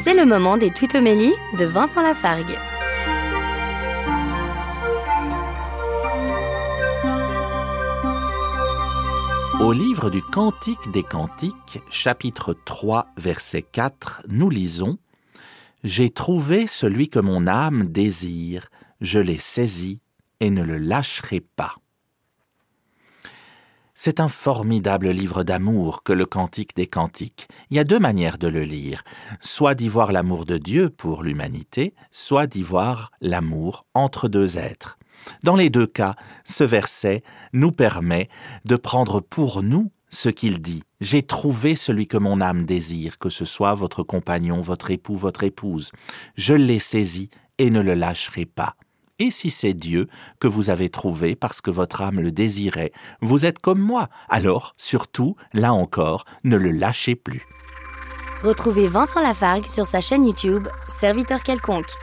C'est le moment des tutomélies de Vincent Lafargue. Au livre du Cantique des Cantiques, chapitre 3, verset 4, nous lisons « J'ai trouvé celui que mon âme désire, je l'ai saisi et ne le lâcherai pas. » C'est un formidable livre d'amour que le Cantique des Cantiques. Il y a deux manières de le lire, soit d'y voir l'amour de Dieu pour l'humanité, soit d'y voir l'amour entre deux êtres. Dans les deux cas, ce verset nous permet de prendre pour nous ce qu'il dit. « J'ai trouvé celui que mon âme désire, que ce soit votre compagnon, votre époux, votre épouse. Je l'ai saisi et ne le lâcherai pas. » Et si c'est Dieu que vous avez trouvé parce que votre âme le désirait, vous êtes comme moi. Alors, surtout, là encore, ne le lâchez plus. Retrouvez Vincent Lafargue sur sa chaîne YouTube, Serviteur quelconque.